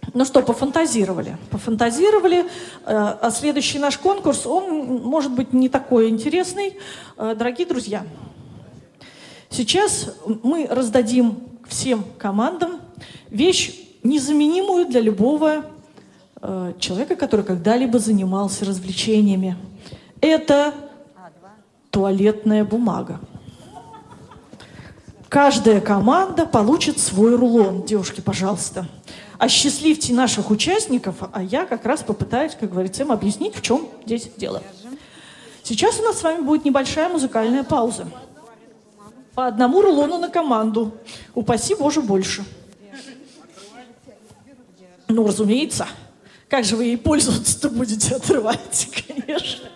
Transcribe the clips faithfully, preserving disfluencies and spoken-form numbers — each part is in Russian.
Ну что, пофантазировали. Пофантазировали. А следующий наш конкурс, он может быть не такой интересный. Дорогие друзья, сейчас мы раздадим всем командам вещь, незаменимую для любого человека, который когда-либо занимался развлечениями. Это туалетная бумага. Каждая команда получит свой рулон. Девушки, пожалуйста. Осчастливьте наших участников, а я как раз попытаюсь, как говорится, им объяснить, в чем здесь дело. Сейчас у нас с вами будет небольшая музыкальная пауза. По одному рулону на команду. Упаси Боже, больше. Ну, разумеется. Как же вы ей пользоваться-то будете? Отрывать, конечно.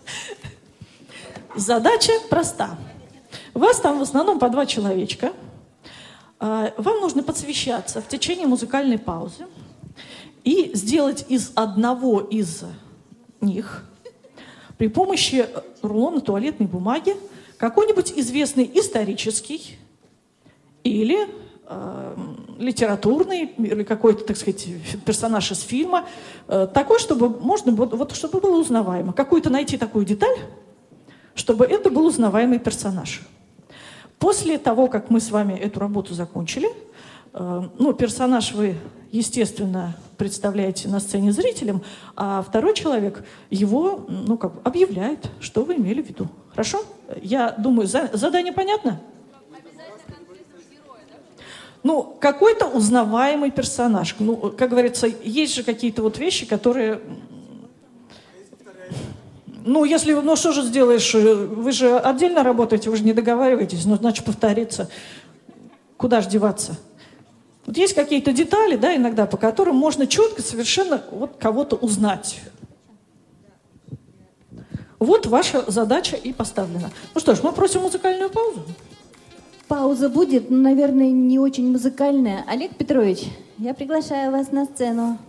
Задача проста. У вас там в основном по два человечка. Вам нужно подсвещаться в течение музыкальной паузы и сделать из одного из них при помощи рулона туалетной бумаги какой-нибудь известный исторический или э, литературный, или какой-то, так сказать, персонаж из фильма, э, такой, чтобы можно было, вот, чтобы было узнаваемо. Какую-то найти такую деталь, чтобы это был узнаваемый персонаж. После того, как мы с вами эту работу закончили, э, ну, персонаж вы, естественно, представляете на сцене зрителям, а второй человек его, ну, как бы объявляет, что вы имели в виду. Хорошо? Я думаю, за, задание понятно? Ну, какой-то узнаваемый персонаж. Ну, как говорится, есть же какие-то вот вещи, которые... Ну, если, ну, что же сделаешь? Вы же отдельно работаете, вы же не договариваетесь, ну, значит, повториться. Куда же деваться? Вот есть какие-то детали, да, иногда, по которым можно четко совершенно вот кого-то узнать. Вот ваша задача и поставлена. Ну что ж, мы просим музыкальную паузу. Пауза будет, но, наверное, не очень музыкальная. Олег Петрович, я приглашаю вас на сцену.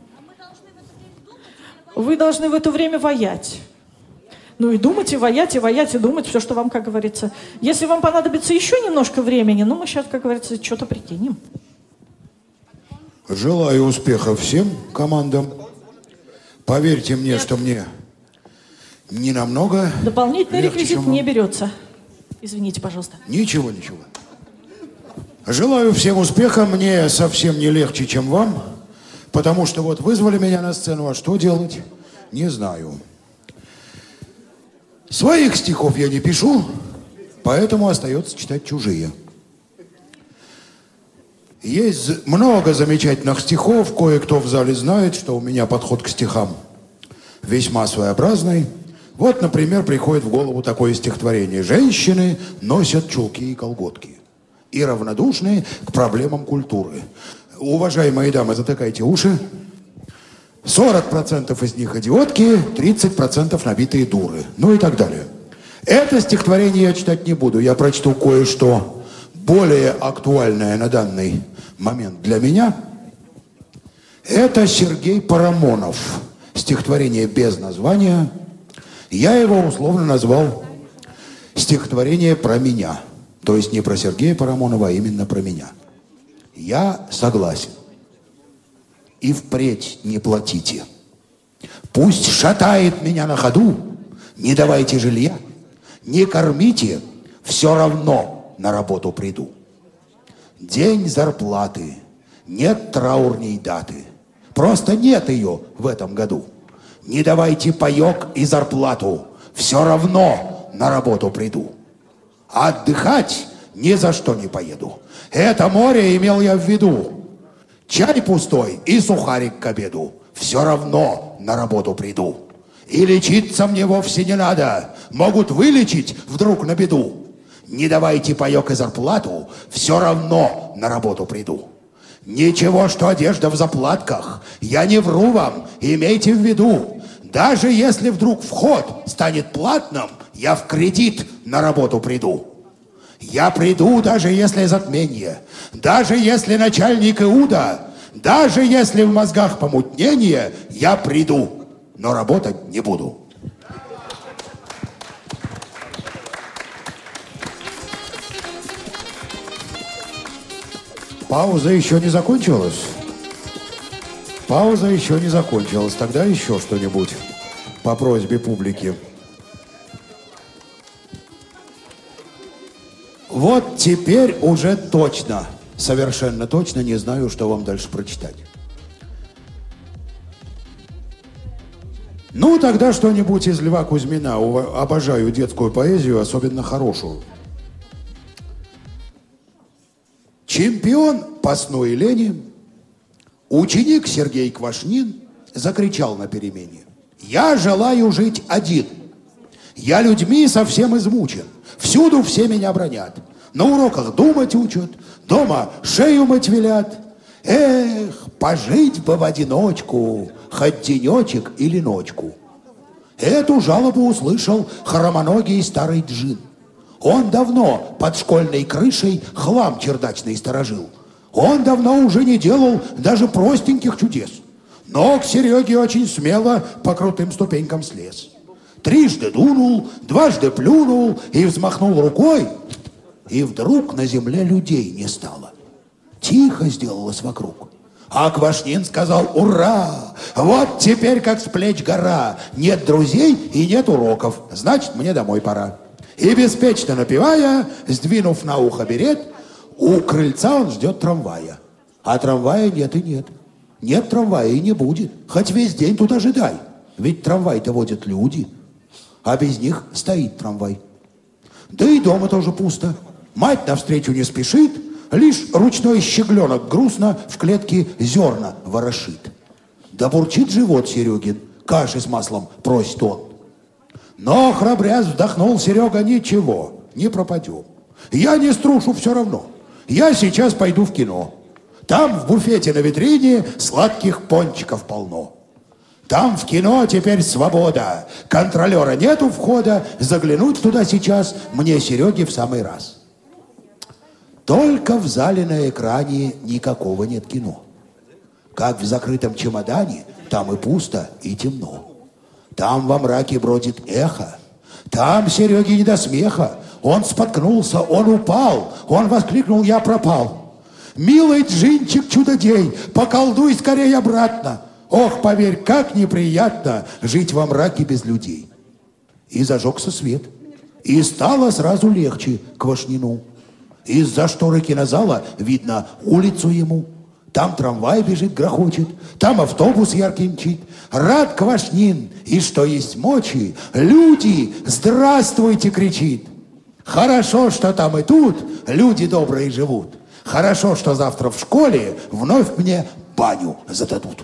Вы должны в это время воять. Ну и думать, и воять, и воять, и думать, все, что вам, как говорится. Если вам понадобится еще немножко времени, ну мы сейчас, как говорится, что-то прикинем. Желаю успеха всем командам. Поверьте мне, Нет. что мне не намного Дополнительный легче, реквизит чем не берется. Извините, пожалуйста. Ничего, ничего. Желаю всем успеха. Мне совсем не легче, чем вам. Потому что вот вызвали меня на сцену, а что делать? Не знаю. Своих стихов я не пишу, поэтому остается читать чужие. Есть много замечательных стихов. Кое-кто в зале знает, что у меня подход к стихам весьма своеобразный. Вот, например, приходит в голову такое стихотворение. «Женщины носят чулки и колготки и равнодушны к проблемам культуры». Уважаемые дамы, затыкайте уши. сорок процентов из них идиотки, тридцать процентов набитые дуры. Ну и так далее. Это стихотворение я читать не буду. Я прочту кое-что более актуальное на данный момент для меня. Это Сергей Парамонов. Стихотворение без названия. Я его условно назвал стихотворение про меня. То есть не про Сергея Парамонова, а именно про меня. Я согласен. И впредь не платите. Пусть шатает меня на ходу, не давайте жилья, не кормите, все равно на работу приду. День зарплаты, нет траурней даты, просто нет ее в этом году. Не давайте паек и зарплату, все равно на работу приду. Отдыхать ни за что не поеду. Это море имел я в виду. Чай пустой и сухарик к обеду. Все равно на работу приду. И лечиться мне вовсе не надо. Могут вылечить вдруг на беду. Не давайте паек и зарплату. Все равно на работу приду. Ничего, что одежда в заплатках. Я не вру вам, имейте в виду. Даже если вдруг вход станет платным, я в кредит на работу приду. Я приду, даже если затмение, даже если начальник Иуда, даже если в мозгах помутнение, я приду, но работать не буду. Пауза еще не закончилась. Пауза еще не закончилась. Тогда еще что-нибудь по просьбе публики. Вот теперь уже точно, совершенно точно не знаю, что вам дальше прочитать. Ну, тогда что-нибудь из Льва Кузьмина. Обожаю детскую поэзию, особенно хорошую. Чемпион по сну и лени, ученик Сергей Квашнин закричал на перемене: «Я желаю жить один. Я людьми совсем измучен. Всюду все меня бронят. На уроках думать учат, дома шею мыть велят. Эх, пожить бы в одиночку, хоть денечек или ночку». Эту жалобу услышал хромоногий старый джин. Он давно под школьной крышей хлам чердачный сторожил. Он давно уже не делал даже простеньких чудес. Но к Сереге очень смело по крутым ступенькам слез. Трижды дунул, дважды плюнул и взмахнул рукой. И вдруг на земле людей не стало. Тихо сделалось вокруг. А Квашнин сказал: «Ура! Вот теперь как с плеч гора. Нет друзей и нет уроков. Значит, мне домой пора». И беспечно напевая, сдвинув на ухо берет, у крыльца он ждет трамвая. А трамвая нет и нет. Нет трамвая и не будет. Хоть весь день тут ожидай. Ведь трамвай-то водят люди, а без них стоит трамвай. Да и дома тоже пусто. Мать навстречу не спешит, лишь ручной щегленок грустно в клетке зерна ворошит. Да бурчит живот Серегин, каши с маслом просит он. Но, храбрясь, вздохнул Серега: «Ничего, не пропадем. Я не струшу все равно. Я сейчас пойду в кино. Там в буфете на витрине сладких пончиков полно. Там в кино теперь свобода. Контролера нету входа. Заглянуть туда сейчас мне, Сереге, в самый раз». Только в зале на экране никакого нет кино. Как в закрытом чемодане, там и пусто, и темно. Там во мраке бродит эхо. Там Сереге не до смеха. Он споткнулся, он упал. Он воскликнул: «Я пропал». «Милый джинчик чудодей, поколдуй скорее обратно. Ох, поверь, как неприятно жить во мраке без людей». И зажегся свет. И стало сразу легче Квашнину. Из-за шторы кинозала видно улицу ему. Там трамвай бежит, грохочет, там автобус яркий мчит. Рад Квашнин, и что есть мочи, люди, здравствуйте, кричит. Хорошо, что там и тут люди добрые живут. Хорошо, что завтра в школе вновь мне баню зададут.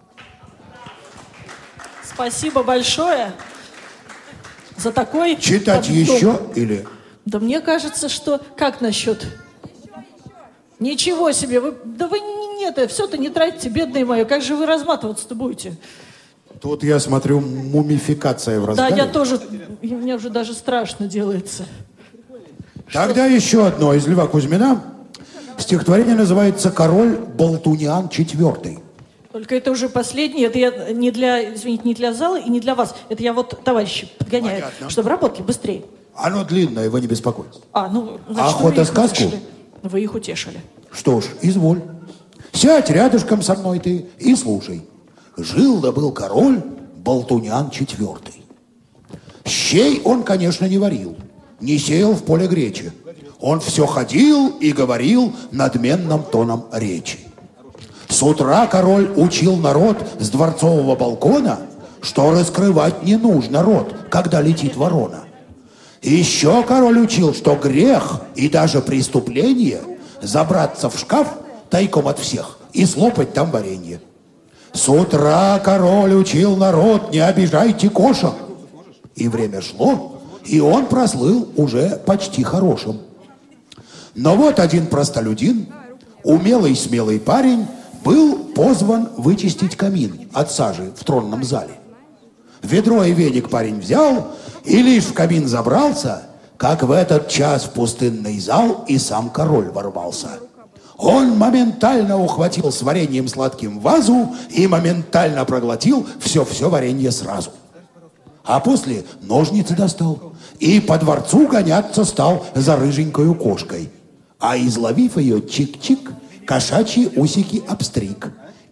Спасибо большое за такой... Читать поддон. Еще или... Да мне кажется, что... Как насчет... Ничего себе! Вы... Да вы нет, все-то не тратите, бедные мои. Как же вы разматываться-то будете? Тут я смотрю, мумификация в разгаре. Да, я тоже... Мне уже даже страшно делается. Тогда что? Еще одно из Льва Кузьмина. Стихотворение называется «Король Болтуниан четвертый». Только это уже последнее. Это я не для, извините, не для зала и не для вас. Это я вот товарищи подгоняю, понятно, чтобы работали быстрее. Оно длинное, вы не беспокойтесь. А, ну, значит, охота вы их сказку? утешили. Вы их утешили. Что ж, изволь. Сядь рядышком со мной ты и слушай. Жил да был король Болтуниан четвертый. Щей он, конечно, не варил, не сеял в поле гречи. Он все ходил и говорил надменным тоном речи. С утра король учил народ с дворцового балкона, что раскрывать не нужно рот, когда летит ворона. Еще король учил, что грех и даже преступление забраться в шкаф тайком от всех и слопать там варенье. С утра король учил народ: не обижайте кошек. И время шло, и он прослыл уже почти хорошим. Но вот один простолюдин, умелый смелый парень, был позван вычистить камин от сажи в тронном зале. Ведро и веник парень взял, и лишь в камин забрался, как в этот час в пустынный зал и сам король ворвался. Он моментально ухватил с вареньем сладким вазу и моментально проглотил все-все варенье сразу. А после ножницы достал и по дворцу гоняться стал за рыженькою кошкой. А изловив ее чик-чик, кошачьи усики обстриг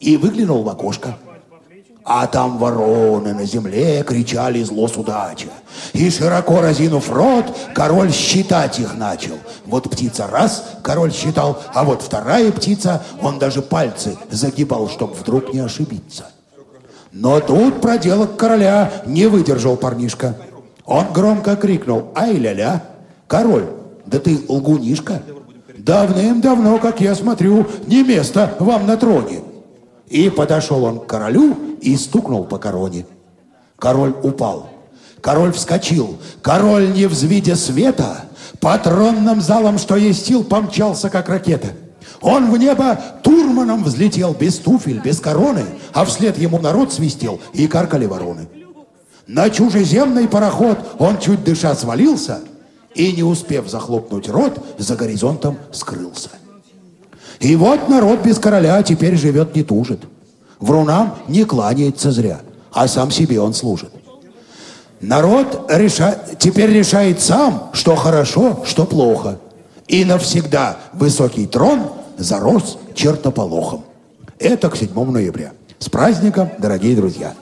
и выглянул в окошко. А там вороны на земле кричали зло судача. И широко разинув рот, король считать их начал. Вот птица раз, король считал, а вот вторая птица, он даже пальцы загибал, чтоб вдруг не ошибиться. Но тут проделок короля не выдержал парнишка. Он громко крикнул: «Ай-ля-ля! Король, да ты лгунишка! Давным-давно, как я смотрю, не место вам на троне!» И подошел он к королю и стукнул по короне. Король упал. Король вскочил. Король, не взвидя света, по тронным залам, что есть сил, помчался, как ракета. Он в небо турманом взлетел, без туфель, без короны, а вслед ему народ свистел, и каркали вороны. На чужеземный пароход он, чуть дыша, свалился, и, не успев захлопнуть рот, за горизонтом скрылся. И вот народ без короля теперь живет, не тужит. Врунам не кланяется зря, а сам себе он служит. Народ реша... теперь решает сам, что хорошо, что плохо. И навсегда высокий трон зарос чертополохом. Это к седьмому ноября. С праздником, дорогие друзья!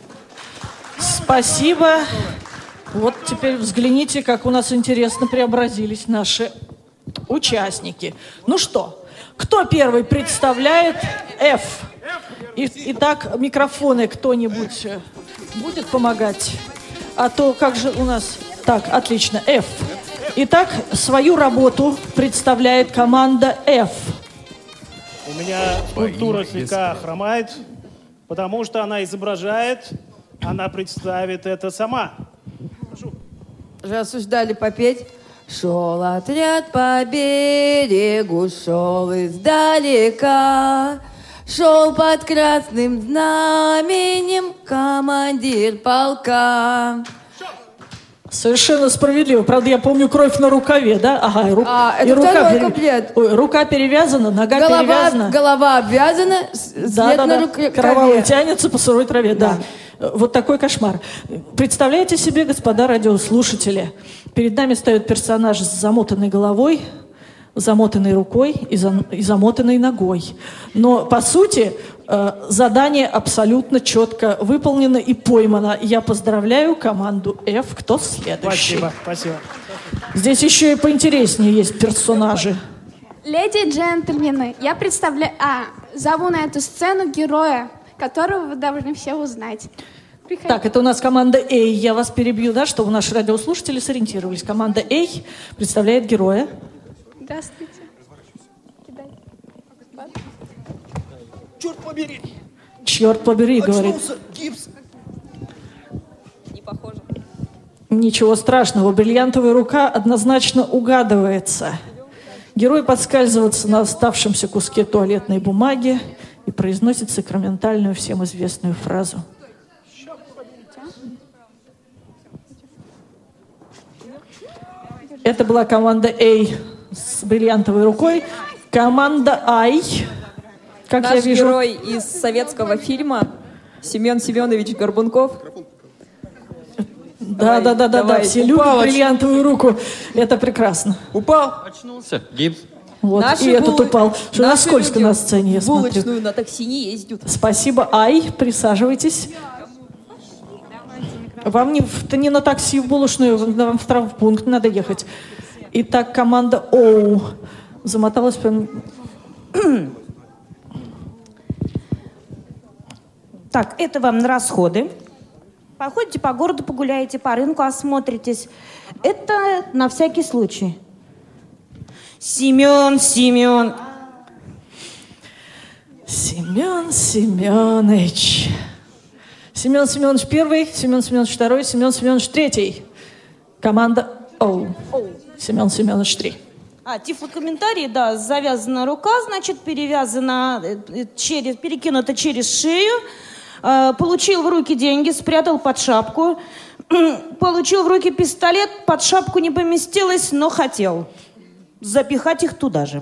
Спасибо. Вот теперь взгляните, как у нас интересно преобразились наши участники. Ну что? Кто первый представляет F? И, итак, микрофоны кто-нибудь будет помогать? А то как же у нас... Так, отлично, F. Итак, свою работу представляет команда F. У меня скульптура слегка хромает, потому что она изображает, она представит это сама. Прошу. Же осуждали попеть. Шел отряд по берегу, шел издалека, шел под красным знаменем командир полка. Совершенно справедливо. Правда, я помню кровь на рукаве, да? Ага, и, ру... а, это и рука, второй пере... комплект. Ой, рука перевязана, нога голова, перевязана. Голова обвязана, след да, да, на да. рукаве. Кровавый тянется по сырой траве, да. да. Вот такой кошмар. Представляете себе, господа радиослушатели, перед нами стоит персонаж с замотанной головой, замотанной рукой и, за... и замотанной ногой. Но, по сути, задание абсолютно четко выполнено и поймано. Я поздравляю команду F. Кто следующий? Спасибо, спасибо. Здесь еще и поинтереснее есть персонажи. Леди и джентльмены, я представляю... А, зову на эту сцену героя, которого вы должны все узнать. Приходите. Так, это у нас команда A. Я вас перебью, да, чтобы наши радиослушатели сориентировались. Команда A представляет героя. Здравствуйте. Черт побери! Черт побери, говорит. Очнулся, гипс. Не похоже. Ничего страшного, бриллиантовая рука однозначно угадывается. Герой подскальзывается на оставшемся куске туалетной бумаги и произносит сакраментальную всем известную фразу. Это была команда A с бриллиантовой рукой. Команда I, как Наш я вижу... герой из советского фильма Семен Семенович Горбунков. Да, да, да, да, да. Все Упал, любят бриллиантовую руку. Это прекрасно. Упал. Очнулся. Гипс. Вот. Наши И этот булы- упал. Что наши скользко люди на сцене, я в смотрю. булочную на такси не ездят. Спасибо, Ай. Присаживайтесь. Вам не, в- не на такси в булочную, вам в травмпункт надо ехать. Итак, команда Оу замоталась прям... Так, это вам на расходы. Походите по городу, погуляете, по рынку осмотритесь. Это на всякий случай. Семен, Семен. Семен Семенович. Семен Семенович первый, Семен Семенович второй, Семен Семенович третий. Команда Оу. Семен Семенович три. А, тифлокомментарий, да, завязана рука, значит, перевязана, э, через, перекинута через шею. Э, получил в руки деньги, спрятал под шапку. Получил в руки пистолет, под шапку не поместилось, но хотел запихать их туда же.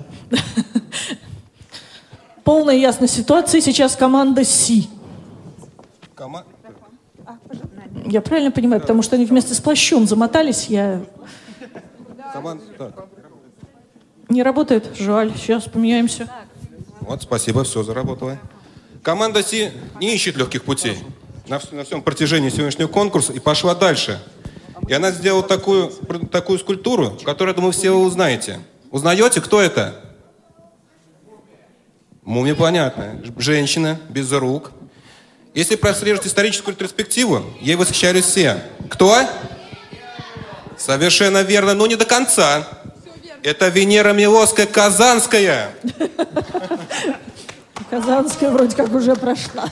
Полная ясность ситуации. Сейчас команда Си. Кома... Я правильно понимаю, потому что они вместе с плащом замотались, я... Команда... Так. Не работает? Жаль. Сейчас поменяемся. Вот, спасибо, все заработало. Команда Си не ищет легких путей на, на всем протяжении сегодняшнего конкурса и пошла дальше. И она сделала такую, такую скульптуру, которую, я думаю, все вы узнаете. Узнаете, кто это? Мумия, понятно. Женщина, без рук. Если прослеживать историческую ретроспективу, ей восхищались все. Кто? Совершенно верно, но не до конца. Это Венера Милосская Казанская. Казанская вроде как уже прошла.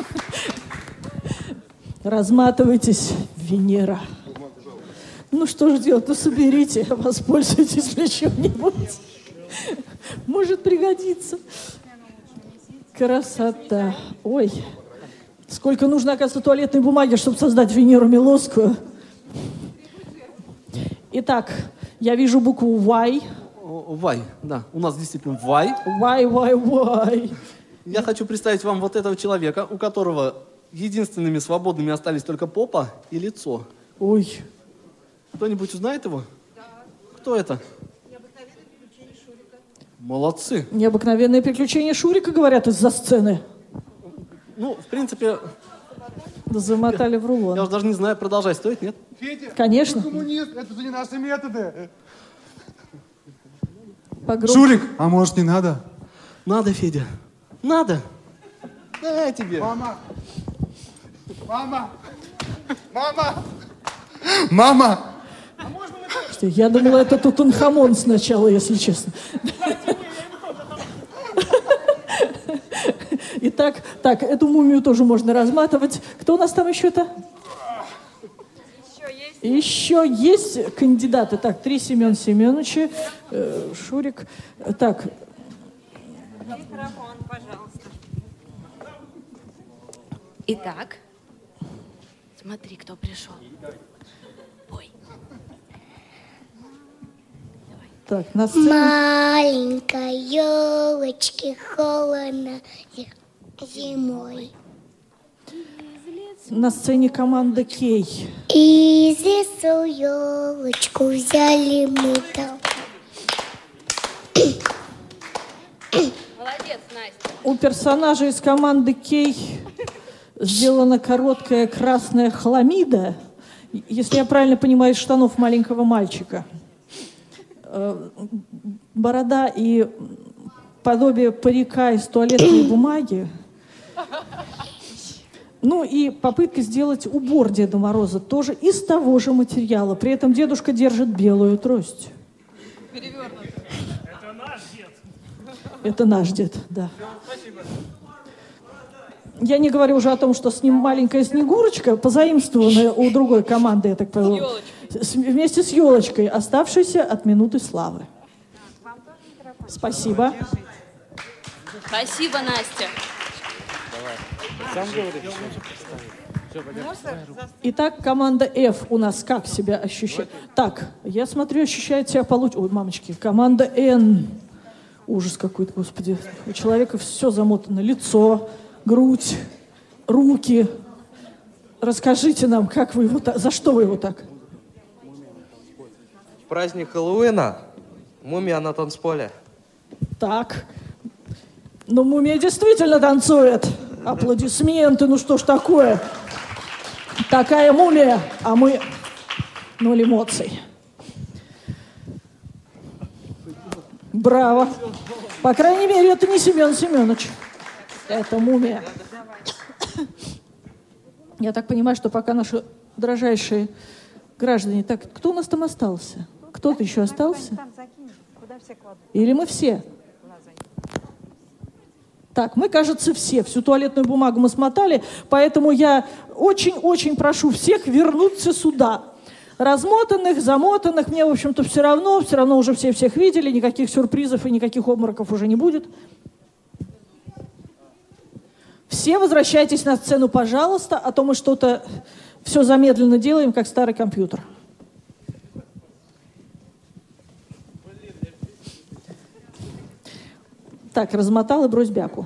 Разматывайтесь, Венера. Ну что же делать? Ну соберите, воспользуйтесь для чего-нибудь. Может пригодиться. Красота. Ой. Сколько нужно, оказывается, туалетной бумаги, чтобы создать Венеру Милосскую. Итак, я вижу букву Y. Y, да. У нас действительно Y. Y, Y, Y. Я хочу представить вам вот этого человека, у которого единственными свободными остались только попа и лицо. Ой. Кто-нибудь узнает его? Да. Кто это? Необыкновенные приключения Шурика. Молодцы. Необыкновенные приключения Шурика, говорят, из-за сцены. Ну, в принципе... Замотали в рулон. Я уже даже не знаю, продолжать стоит, нет? Федя, конечно. ты коммунист, это же не наши методы. Погром... Шурик, а может не надо? Надо, Федя. Надо. Дай тебе. Мама. Мама. Мама. Мама. Я думала, это Тутанхамон сначала, если честно. Итак, так, эту мумию тоже можно разматывать. Кто у нас там еще-то? Еще есть. Еще есть кандидаты. Так, три Семен Семеновича, э, Шурик. Так. Микрофон, пожалуйста. Итак, смотри, кто пришел. Ой. Так, на сцене. Маленькой елочки холодно зимой. На сцене команда Кей. Из лесу елочку взяли мы там. Молодец, Настя. У персонажа из команды Кей сделана короткая красная хламида, если я правильно понимаю, из штанов маленького мальчика. Борода и подобие парика из туалетной бумаги. Ну и попытка сделать убор Деда Мороза тоже из того же материала. При этом дедушка держит белую трость. Перевернуто. Это наш дед. Это наш дед, да. Я не говорю уже о том, что с ним маленькая Снегурочка, позаимствованная у другой команды, я так поняла, вместе с елочкой, оставшейся от минуты славы. Спасибо. Спасибо, Настя. Итак, команда F у нас как себя ощущает? Так, я смотрю, ощущает себя получше. Ой, мамочки, команда N. Ужас какой-то, господи. У человека все замотано. Лицо, грудь, руки. Расскажите нам, как вы его так, за что вы его так? В праздник Хэллоуина мумия на танцполе. Так. Ну, мумия действительно танцует. Аплодисменты, ну что ж такое? Такая мумия, а мы ноль эмоций. Браво. По крайней мере, это не Семен Семенович. Это мумия. Я так понимаю, что пока наши дрожайшие граждане... Так, кто у нас там остался? Кто-то еще остался? Или мы все? Так, мы, кажется, все. Всю туалетную бумагу мы смотали, поэтому я очень-очень прошу всех вернуться сюда. Размотанных, замотанных, мне, в общем-то, все равно, все равно уже все всех видели, никаких сюрпризов и никаких обмороков уже не будет. Все возвращайтесь на сцену, пожалуйста, а то мы что-то все замедленно делаем, как старый компьютер. Так, размотал и брось бяку.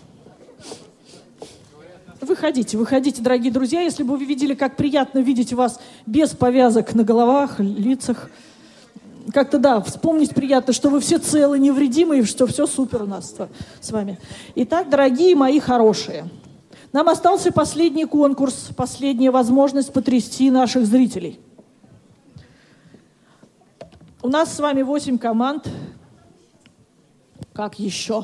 Выходите, выходите, дорогие друзья. Если бы вы видели, как приятно видеть вас без повязок на головах, лицах. как-то, да, вспомнить приятно, что вы все целы, невредимы, и что все супер у нас с вами. Итак, дорогие мои хорошие, нам остался последний конкурс, последняя возможность потрясти наших зрителей. У нас с вами восемь команд. Как еще?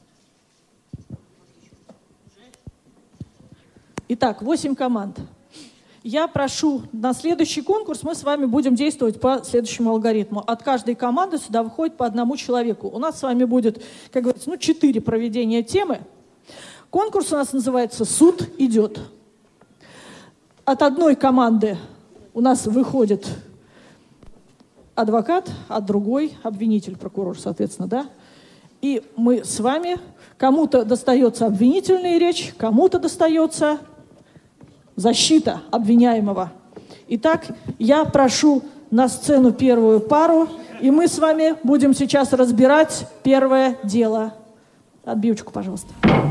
Итак, восемь команд. Я прошу, на следующий конкурс мы с вами будем действовать по следующему алгоритму. От каждой команды сюда выходит по одному человеку. У нас с вами будет, как говорится, ну, четыре проведения темы. Конкурс у нас называется «Суд идет». От одной команды у нас выходит адвокат, от другой обвинитель, прокурор, соответственно, да. И мы с вами, кому-то достается обвинительная речь, кому-то достается защита обвиняемого. Итак, я прошу на сцену первую пару, и мы с вами будем сейчас разбирать первое дело. Отбивочку, пожалуйста.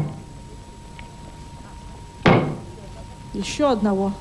Еще одного.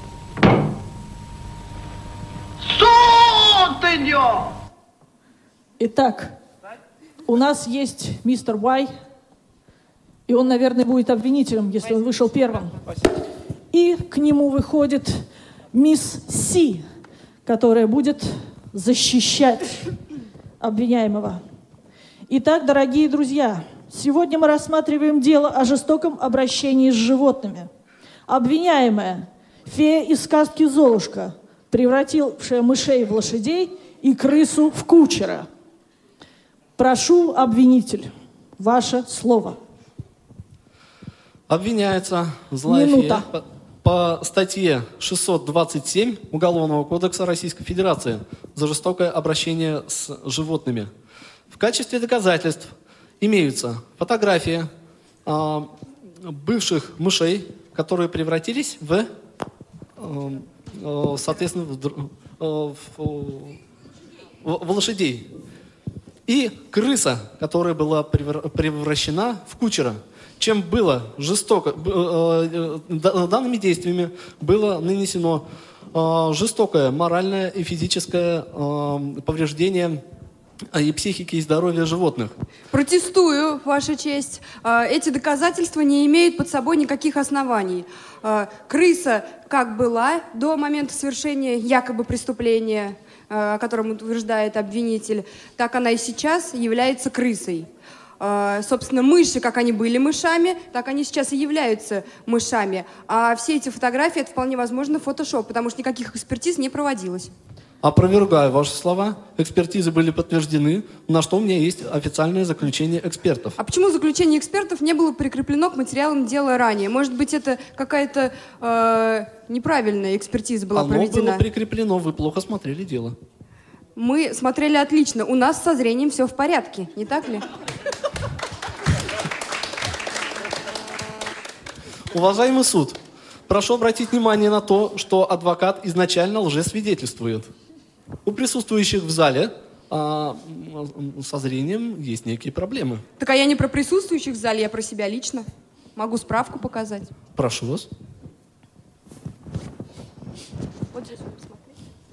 Суд идет! Итак, у нас есть мистер Уай, и он, наверное, будет обвинителем, если он вышел первым. И к нему выходит мисс Си, которая будет защищать обвиняемого. Итак, дорогие друзья, сегодня мы рассматриваем дело о жестоком обращении с животными. Обвиняемая, фея из сказки «Золушка», превратившая мышей в лошадей и крысу в кучера. Прошу, обвинитель, ваше слово. Обвиняется злая Минута. фея по, по статье шестьсот двадцать семь Уголовного кодекса Российской Федерации за жестокое обращение с животными. В качестве доказательств имеются фотографии э, бывших мышей, которые превратились в, э, э, соответственно, в, э, в, в лошадей. И крыса, которая была превращена в кучера. Чем было жестоко, данными действиями было нанесено жестокое моральное и физическое повреждение и психики, и здоровья животных. Протестую, Ваша честь. Эти доказательства не имеют под собой никаких оснований. Крыса как была до момента совершения якобы преступления, о котором утверждает обвинитель, так она и сейчас является крысой. Собственно, мыши, как они были мышами, так они сейчас и являются мышами. А все эти фотографии, это вполне возможно фотошоп, потому что никаких экспертиз не проводилось. Опровергаю ваши слова. Экспертизы были подтверждены, на что у меня есть официальное заключение экспертов. А почему заключение экспертов не было прикреплено к материалам дела ранее? Может быть, это какая-то э, неправильная экспертиза была Оно проведена? было прикреплено, вы плохо смотрели дело. Мы смотрели отлично. У нас со зрением все в порядке, не так ли? Уважаемый суд, прошу обратить внимание на то, что адвокат изначально лжесвидетельствует. У присутствующих в зале а, со зрением есть некие проблемы. Так а я не про присутствующих в зале, я про себя лично. Могу справку показать. Прошу вас. Вот здесь вот посмотри.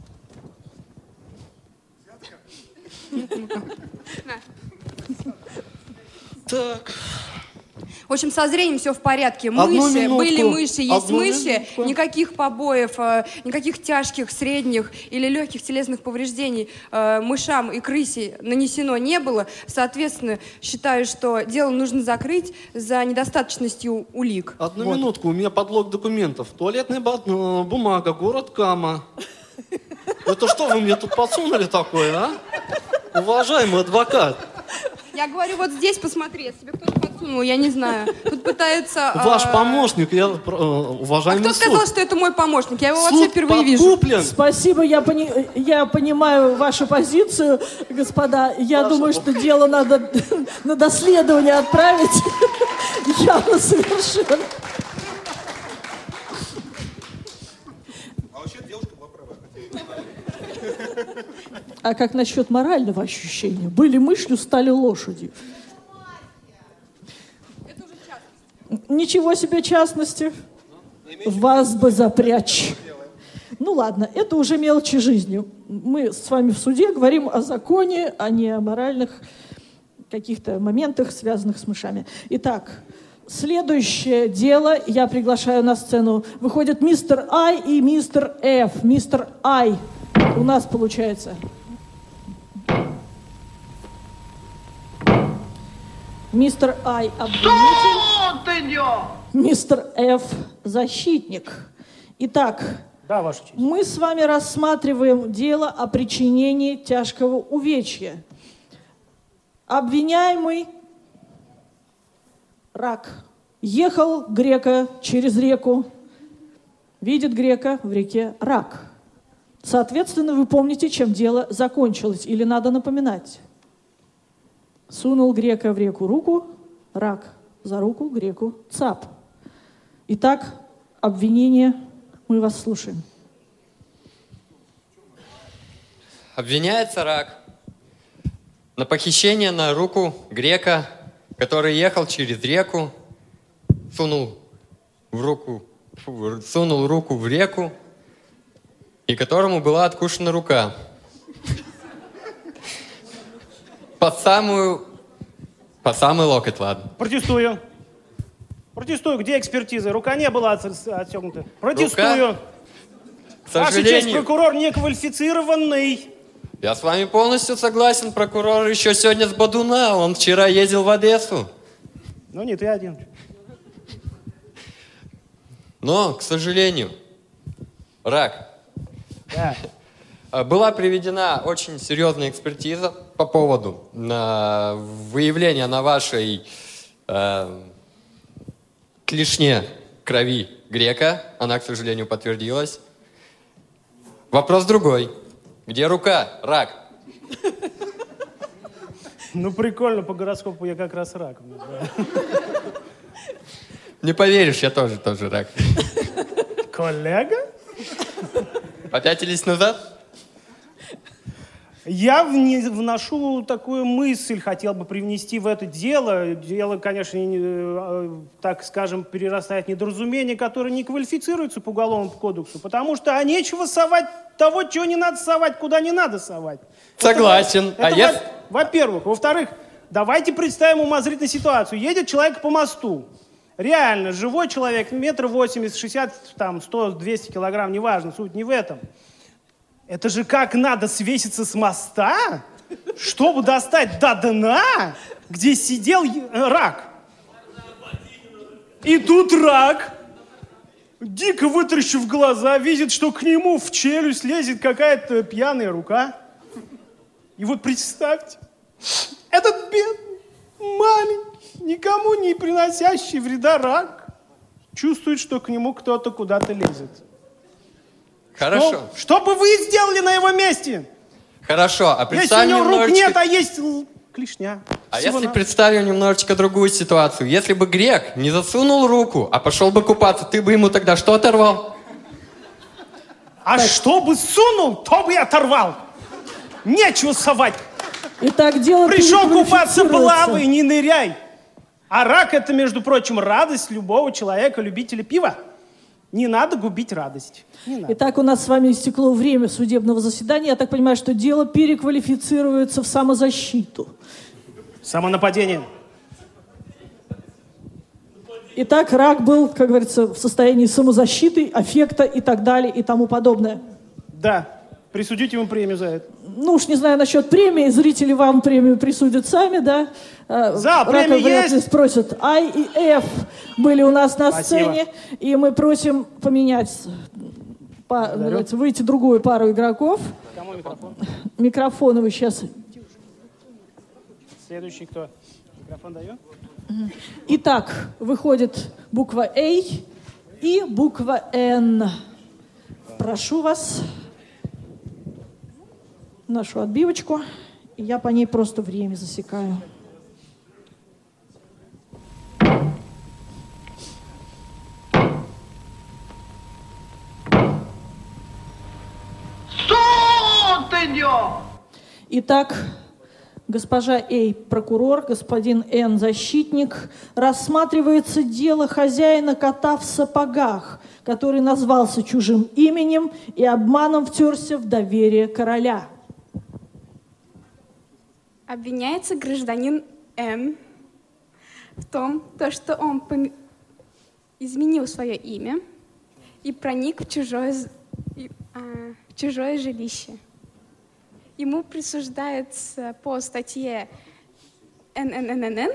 Так. В общем, со зрением все в порядке. Одну Мыши, минутку. были мыши, есть Одну мыши. минутку. Никаких побоев, э, никаких тяжких, средних или легких телесных повреждений э, мышам и крысе нанесено не было. Соответственно, считаю, что дело нужно закрыть за недостаточностью улик. Одну Вот. минутку, у меня подлог документов. Туалетная ба- э, бумага, город Кама. Это что вы мне тут подсунули такое, а? Уважаемый адвокат. Я говорю, вот здесь посмотри, если тебе кто-то подсунул, я не знаю. Тут пытаются... Ваш э, помощник, я, э, уважаемый Кто суд. сказал, что это мой помощник? Я его Суд вообще впервые вижу. подкуплен. Спасибо, я, пони- я понимаю вашу позицию, господа. Я Прошу. думаю, что дело надо на доследование отправить. Явно совершенно. А вообще девушка была права. А как насчет морального ощущения? Были мышью, стали лошадью. Ничего себе частности. Вас бы запрячь. Ну ладно, это уже мелочи жизни. Мы с вами в суде говорим о законе, а не о моральных каких-то моментах, связанных с мышами. Итак, следующее дело. Я приглашаю на сцену. Выходят мистер Ай и мистер Ф. Мистер Ай у нас получается. Мистер Ай обвинитель. Мистер Ф защитник. Итак, да, Ваша честь. Мы с вами рассматриваем дело о причинении тяжкого увечья. Обвиняемый рак. Ехал грека через реку, видит грека в реке рак. Соответственно, вы помните, чем дело закончилось, или надо напоминать. Сунул грека в реку руку, рак. За руку греку цап. Итак, обвинение, мы вас слушаем. Обвиняется рак на похищение на руку грека, который ехал через реку, сунул в руку, фу, сунул руку в реку, и которому была откушена рука. Под самую, под самый локоть, ладно. Протестую. Протестую. Где экспертиза? Рука не была отстегнута. Протестую. Рука, к сожалению... Ваша честь, прокурор неквалифицированный. Я с вами полностью согласен. Прокурор еще сегодня с Бодуна. Он вчера ездил в Одессу. Ну, не ты один. Но, к сожалению, рак. Да. Была проведена очень серьезная экспертиза по поводу э, выявления на вашей э, клешне крови грека. Она, к сожалению, подтвердилась. Вопрос другой. Где рука? Рак. Ну, прикольно, по гороскопу я как раз рак. Не поверишь, я тоже, тоже рак. Коллега? Попятились назад? Я вношу такую мысль, хотел бы привнести в это дело. Дело, конечно, не, так скажем, перерастает в недоразумение, которое не квалифицируется по Уголовному кодексу, потому что а нечего совать того, чего не надо совать, куда не надо совать. Согласен. Это, а это, я... Во-первых. Во-вторых, давайте представим умозрительную ситуацию. Едет человек по мосту. Реально, живой человек, метр восемьдесят, шестьдесят, там, сто, двести килограмм, неважно, суть не в этом. Это же как надо свеситься с моста, чтобы достать до дна, где сидел рак. И тут рак, дико вытрящив глаза, видит, что к нему в челюсть лезет какая-то пьяная рука. И вот представьте, этот бедный, маленький, никому не приносящий вреда рак чувствует, что к нему кто-то куда-то лезет. Хорошо. Что, что бы вы сделали на его месте? Хорошо, а представим если у него немножечко... рук нет, а есть клешня. А Всего если на... представим немножечко другую ситуацию? Если бы грек не засунул руку, а пошел бы купаться, ты бы ему тогда что оторвал? А так. Что бы сунул, то бы и оторвал. Нечего совать. Итак, дело пришел купаться, плавай, не ныряй. А рак — это, между прочим, радость любого человека, любителя пива. Не надо губить радость. Не надо. Итак, у нас с вами истекло время судебного заседания. Я так понимаю, что дело переквалифицируется в самозащиту. Самонападение. Итак, рак был, как говорится, в состоянии самозащиты, аффекта и так далее и тому подобное. Да. Присудите ему премию за это. Ну уж не знаю насчет премии, зрители вам премию присудят сами, да? За, премия есть! Спросят. I и F были у нас на Спасибо. Сцене, и мы просим поменять, по, выйти другую пару игроков. Кому микрофон? Микрофоны вы сейчас... Следующий кто? Микрофон даю? Итак, выходит буква А и буква Н. Прошу вас... нашу отбивочку, и я по ней просто время засекаю. Суд идет! Итак, Госпожа А. прокурор, господин Н. защитник. Рассматривается дело хозяина кота в сапогах, который назвался чужим именем и обманом втерся в доверие короля. Обвиняется гражданин Н в том, то, что он пом... изменил свое имя и проник в чужое, а, в чужое жилище. Ему присуждается по статье эн эн эн эн эн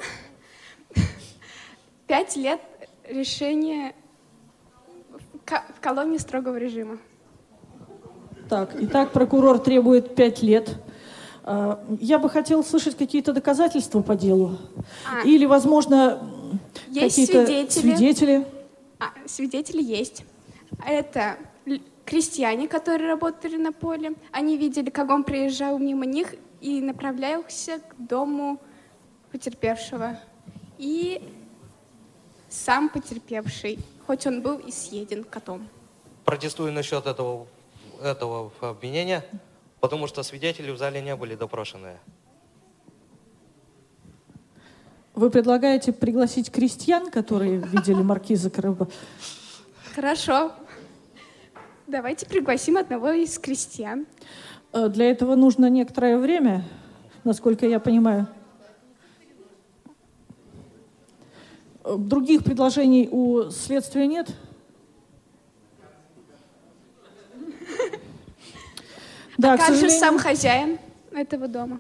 пять лет решения в колонии строгого режима. Так, итак, прокурор требует пять лет. Я бы хотела слышать какие-то доказательства по делу. А, Или, возможно, есть какие-то свидетели. свидетели. А, свидетели есть. Это крестьяне, которые работали на поле. Они видели, как он проезжал мимо них и направлялся к дому потерпевшего. И сам потерпевший, хоть он был и съеден котом. Протестую насчет этого, этого обвинения, потому что свидетели в зале не были допрошенные. Вы предлагаете пригласить крестьян, которые видели маркиза Караба? Хорошо. Давайте пригласим одного из крестьян. Для этого нужно некоторое время, насколько я понимаю. Других предложений у следствия нет? Да, а к как сожалению... же сам хозяин этого дома?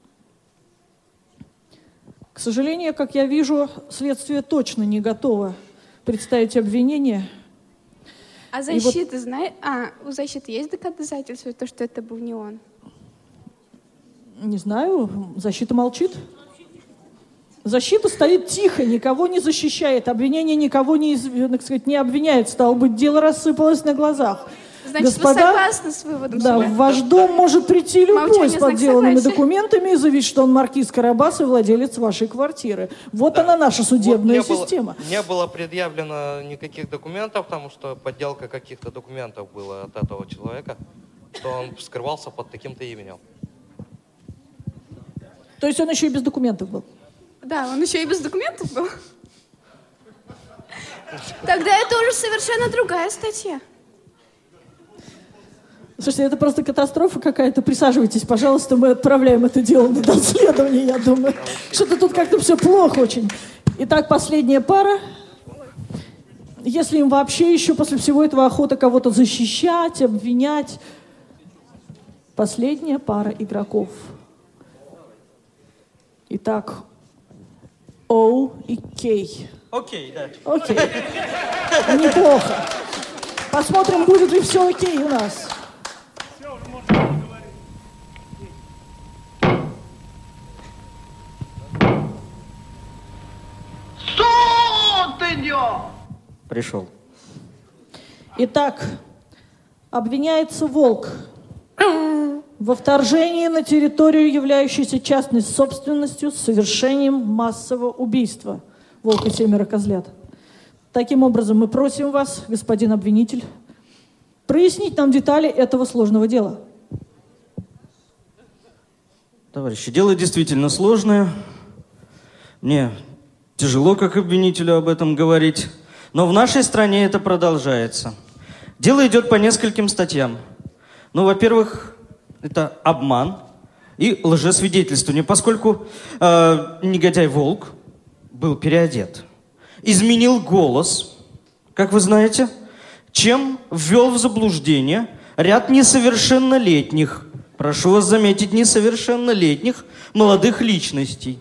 К сожалению, как я вижу, следствие точно не готово представить обвинение. А защита, вот... знает? А, у защиты есть доказательства, то, что это был не он? Не знаю, защита молчит. Защита стоит тихо, никого не защищает, обвинение никого не, так сказать, не обвиняет. Стало быть, дело рассыпалось на глазах. Значит, господа, вы согласны с выводом? Да, в ваш дом может прийти любой с подделанными документами и заявить, что он маркиз Карабас и владелец вашей квартиры. Вот да. она, наша судебная вот не система. Было, не было предъявлено никаких документов, потому что подделка каких-то документов была от этого человека, что он скрывался под таким-то именем. То есть он еще и без документов был? Да, он еще и без документов был. Тогда это уже совершенно другая статья. Слушайте, это просто катастрофа какая-то. Присаживайтесь, пожалуйста, мы отправляем это дело на доследование, я думаю. Что-то тут как-то все плохо очень. Итак, последняя пара. Если им вообще еще после всего этого охота кого-то защищать, обвинять. Последняя пара игроков. Итак, О и Кей. Окей, да. Окей. Неплохо. Посмотрим, будет ли все окей у нас. Пришел. Итак, обвиняется волк во вторжении на территорию, являющуюся частной собственностью, с совершением массового убийства. Волк и семеро козлят. Таким образом, мы просим вас, господин обвинитель, прояснить нам детали этого сложного дела. Товарищи, дело действительно сложное. Мне тяжело, как обвинителю, об этом говорить. Но в нашей стране это продолжается. Дело идет по нескольким статьям. Ну, во-первых, это обман и лжесвидетельствование, поскольку э, негодяй-волк был переодет, изменил голос, как вы знаете, чем ввел в заблуждение ряд несовершеннолетних, прошу вас заметить, несовершеннолетних молодых личностей.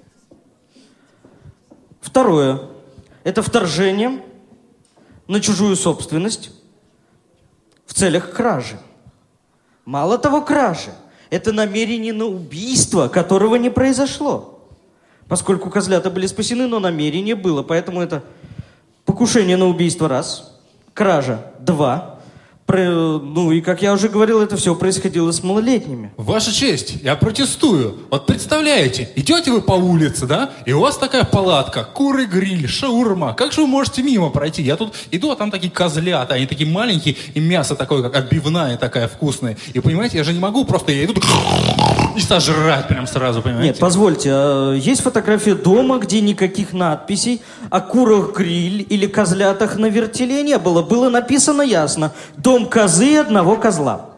Второе. Это вторжение на чужую собственность в целях кражи. Мало того, кражи. Это намерение на убийство, которого не произошло. Поскольку козлята были спасены, но намерение было. Поэтому это покушение на убийство раз, кража два. Про, ну и, как я уже говорил, это все происходило с малолетними. Ваша честь, я протестую. Вот представляете, идете вы по улице, да, и у вас такая палатка, куры гриль, шаурма. Как же вы можете мимо пройти? Я тут иду, а там такие козлята, они такие маленькие, и мясо такое, как отбивная такая вкусная. И понимаете, я же не могу просто, я иду, И сожрать прям сразу, понимаете? Нет, позвольте, а есть фотография дома, где никаких надписей о курах-гриль или козлятах на вертеле не было. Было написано ясно: дом козы и одного козла.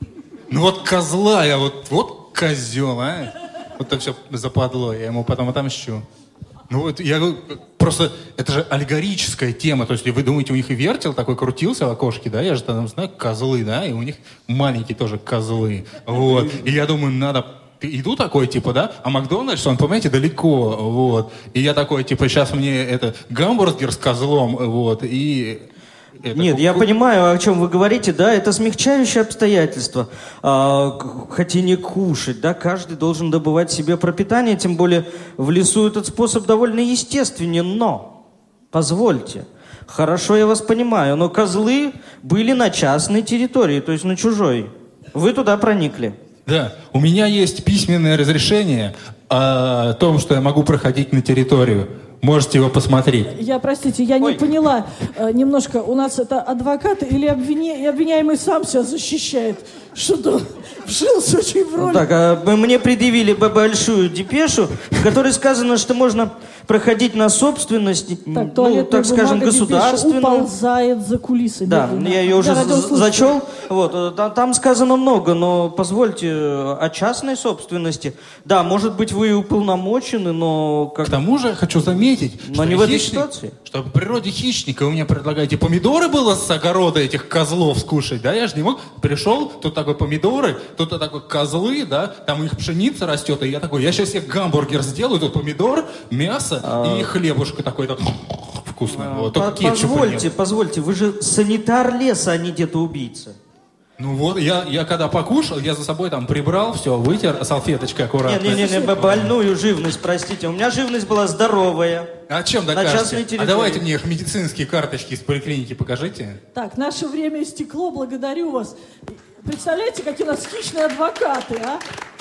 Ну вот козла, я вот, вот козел, а? Вот это все западло, я ему потом отомщу. Ну вот я говорю, просто, это же аллегорическая тема, то есть вы думаете, у них и вертел такой крутился в окошке, да, я же там знаю, козлы, да, и у них маленькие тоже козлы, вот, и я думаю, надо, иду такой, типа, да, а Макдональдс, он, понимаете, далеко, вот, и я такой, типа, сейчас мне это гамбургер с козлом, вот, и... Это Нет, я понимаю, о чем вы говорите, да, это смягчающее обстоятельство. А, хотение кушать, да, каждый должен добывать себе пропитание, тем более в лесу этот способ довольно естественен, но, позвольте, хорошо, я вас понимаю, но козлы были на частной территории, то есть на чужой. Вы туда проникли. Да, у меня есть письменное разрешение о том, что я могу проходить на территорию. Можете его посмотреть. Я, простите, я не поняла э, немножко, у нас это адвокат или обвиня... обвиняемый сам себя защищает? Что-то вжился очень в роль. Ну, так, а мне предъявили большую депешу, в которой сказано, что можно проходить на собственность, Так, ну, так скажем, государственную. Уползает за кулисы. Да, медленно. я ее уже Для радиослушателей. зачел. Вот, там, там сказано много, но позвольте, о частной собственности. Да, может быть, вы и уполномочены, но... Как... К тому же хочу заметить, но что, не в этой хищник, ситуации. что в природе хищника вы мне предлагаете помидоры было с огорода этих козлов скушать, да? Я же не мог. Пришел, тут такой помидоры, тут такой козлы, да? Там у них пшеница растет, и я такой, я сейчас себе гамбургер сделаю, тут помидор, мясо а... и хлебушка такой, так вкусно. А... Вот, только позвольте, позвольте, вы же санитар леса, а не где-то убийца. Ну вот, я, я когда покушал, я за собой там прибрал, все, вытер салфеточкой аккуратно. Не-не-не, больную живность, простите. У меня живность была здоровая. А чем докажете? А давайте мне их медицинские карточки из поликлиники покажите. Так, наше время истекло, благодарю вас. Представляете, какие у нас хищные адвокаты, а?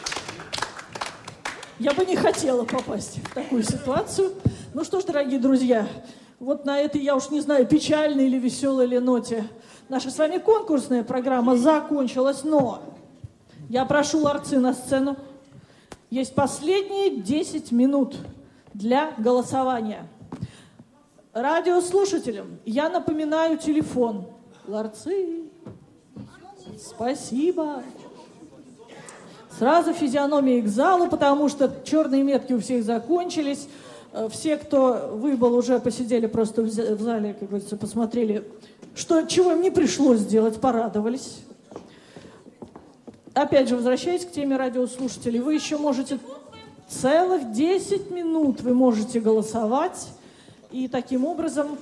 Я бы не хотела попасть в такую ситуацию. Ну что ж, дорогие друзья, вот на этой, я уж не знаю, печальной или веселой ли ноте наша с вами конкурсная программа закончилась, но я прошу ларцы на сцену. Есть последние десять минут для голосования. Радиослушателям я напоминаю телефон. Ларцы, спасибо. Сразу физиономии к залу, потому что черные метки у всех закончились. Все, кто выбыл, уже посидели просто в зале, как говорится, посмотрели, что, чего им не пришлось сделать, порадовались. Опять же, возвращаясь к теме радиослушателей, вы еще можете целых десять минут вы можете голосовать, и таким образом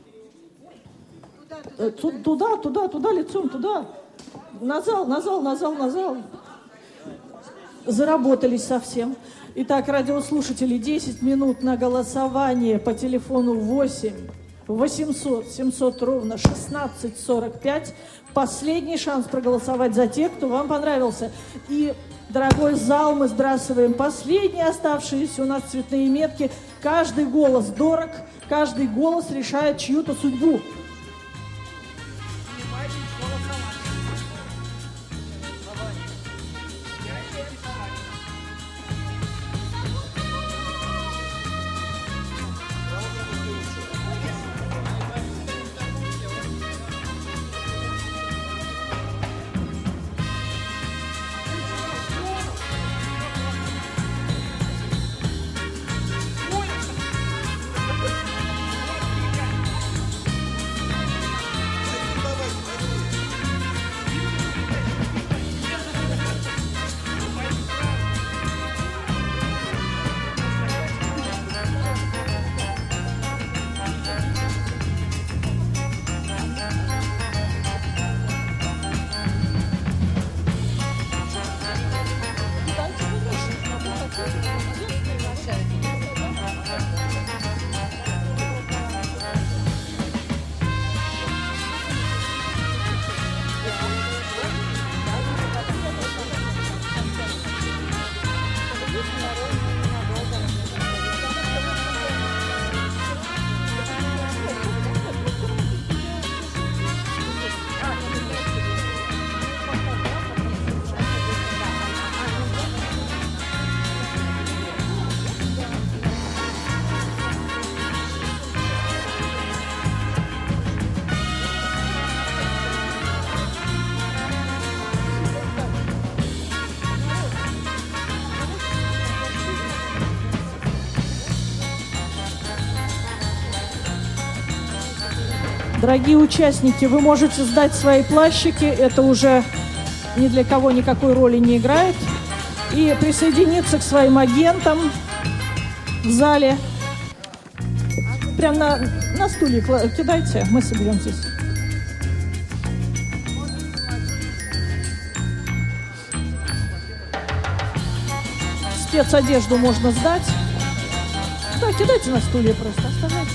туда, туда, туда, лицом, туда, на зал, на зал, на зал, на зал. Заработались совсем. Итак, радиослушатели, десять минут на голосование по телефону восемь восемьсот семьсот ровно шестнадцать сорок пять. Последний шанс проголосовать за тех, кто вам понравился. И, дорогой зал, мы сбрасываем последние оставшиеся у нас цветные метки. Каждый голос дорог, каждый голос решает чью-то судьбу. Дорогие участники, вы можете сдать свои плащики, это уже ни для кого никакой роли не играет, и присоединиться к своим агентам в зале. Прям на, на стуле кидайте, мы соберем здесь. Спецодежду можно сдать. Да, кидайте на стулья просто, оставляйте.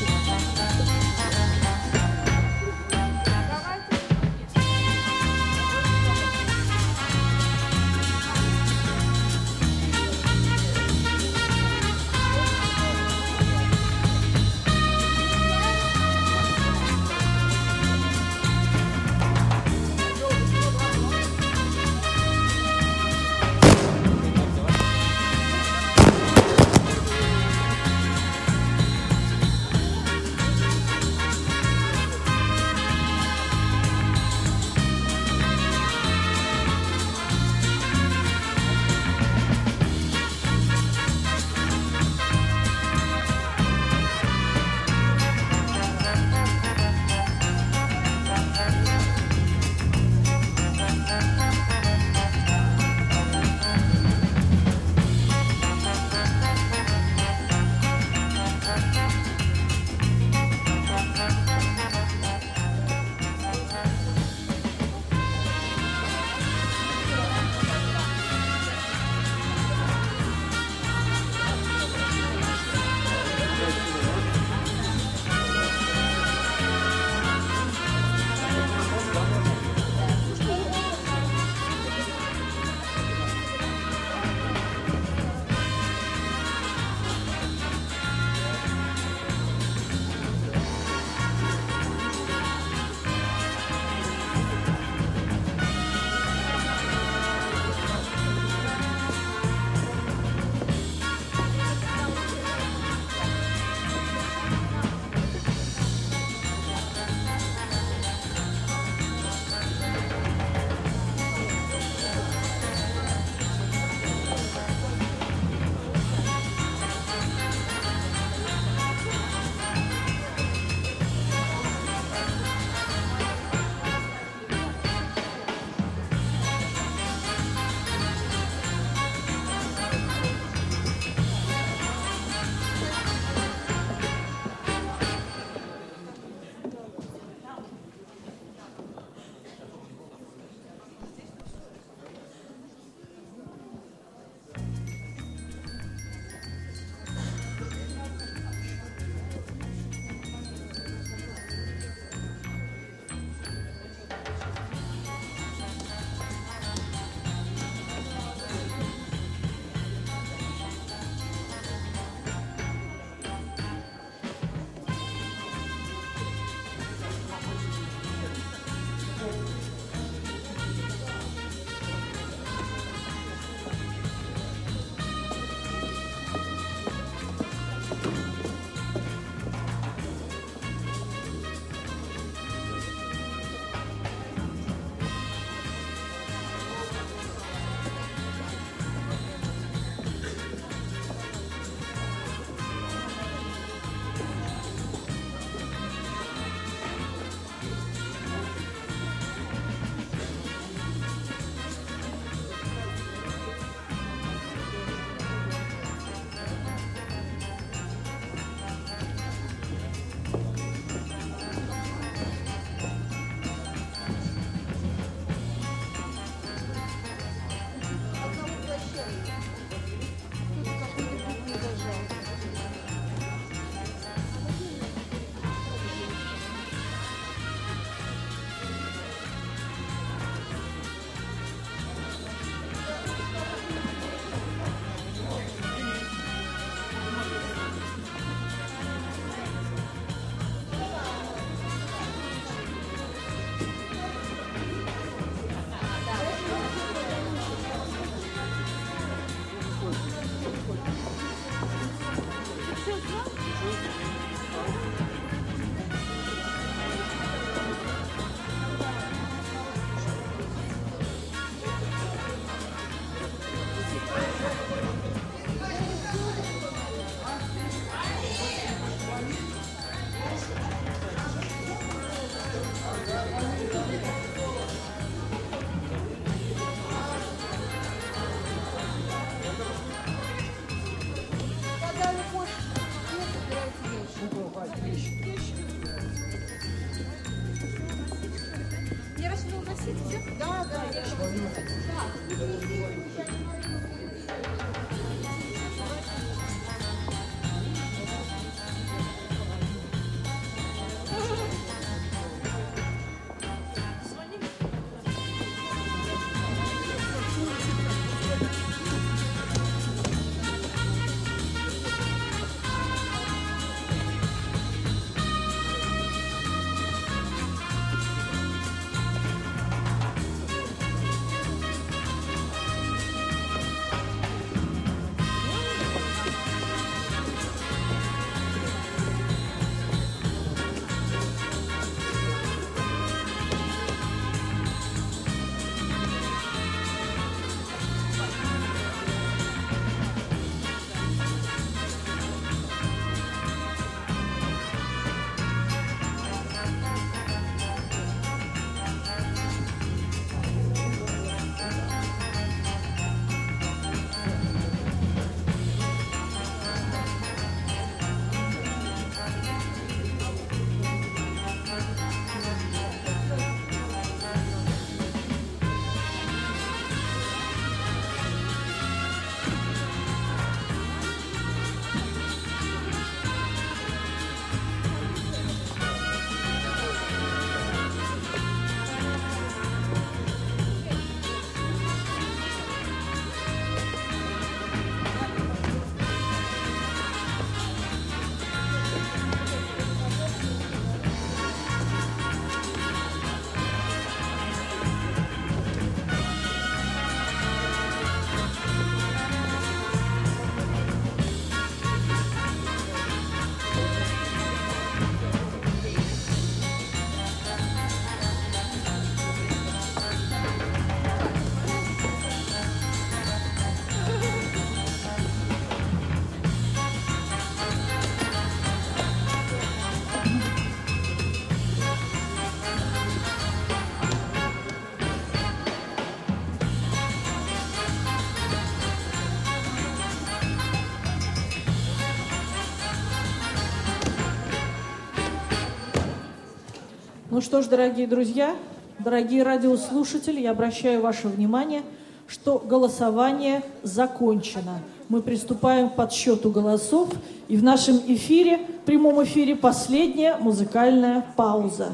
Ну что ж, дорогие друзья, дорогие радиослушатели, я обращаю ваше внимание, что голосование закончено. Мы приступаем к подсчету голосов, и в нашем эфире, прямом эфире, последняя музыкальная пауза.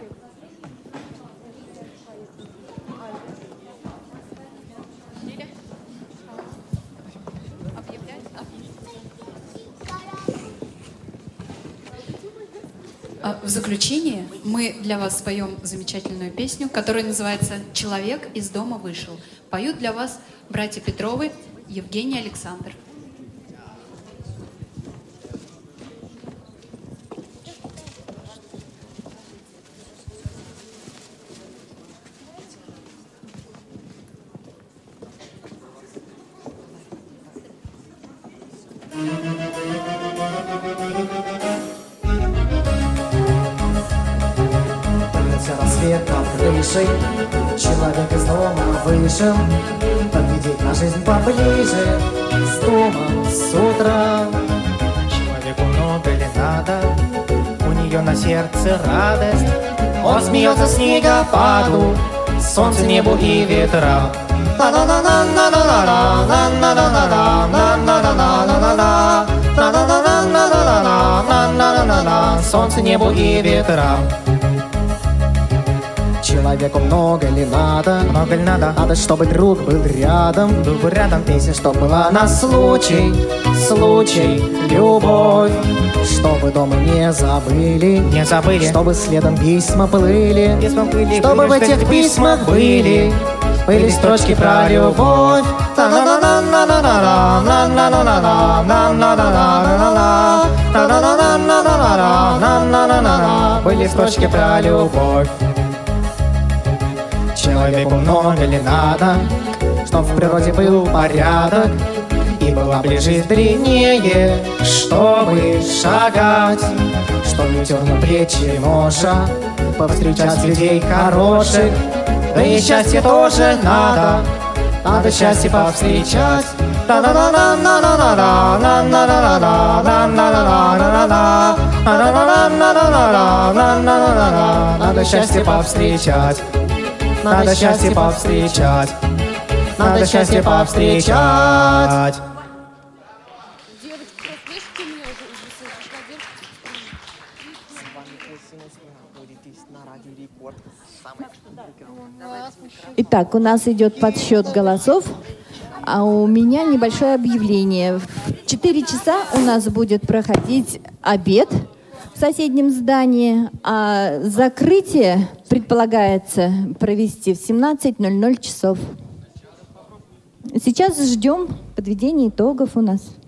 В заключение мы для вас споем замечательную песню, которая называется «Человек из дома вышел». Поют для вас братья Петровы, Евгений и Александр. Рассвет над крышей, человек из дома вышел поглядеть на жизнь поближе, с домом с утра. Человеку много ли надо, у нее на сердце радость. Он смеется снегопаду, солнце, небу и ветра. Солнце, небу и ветра. Человеку много ли надо? Много ли надо? Надо, чтобы друг был рядом. Друг был рядом. Песня, чтоб была на случай, случай, любовь. Чтобы дома не забыли, не забыли. Чтобы следом письма плыли, письма плыли. Чтобы в этих письмах были, были строчки про любовь. Были строчки про любовь. Человеку много ли надо, чтоб в природе был порядок и была ближе длиннее, чтобы шагать, что ветер на плечи ноша, повстречать людей хороших, да и счастье тоже надо, надо счастье повстречать. Надо счастье повстречать. Надо счастье повстречать. Надо счастье повстречать. Итак, у нас идет подсчет голосов, а у меня небольшое объявление. В четыре часа у нас будет проходить обед в соседнем здании, а закрытие предполагается провести в семнадцать ноль ноль часов. Сейчас ждем подведения итогов у нас.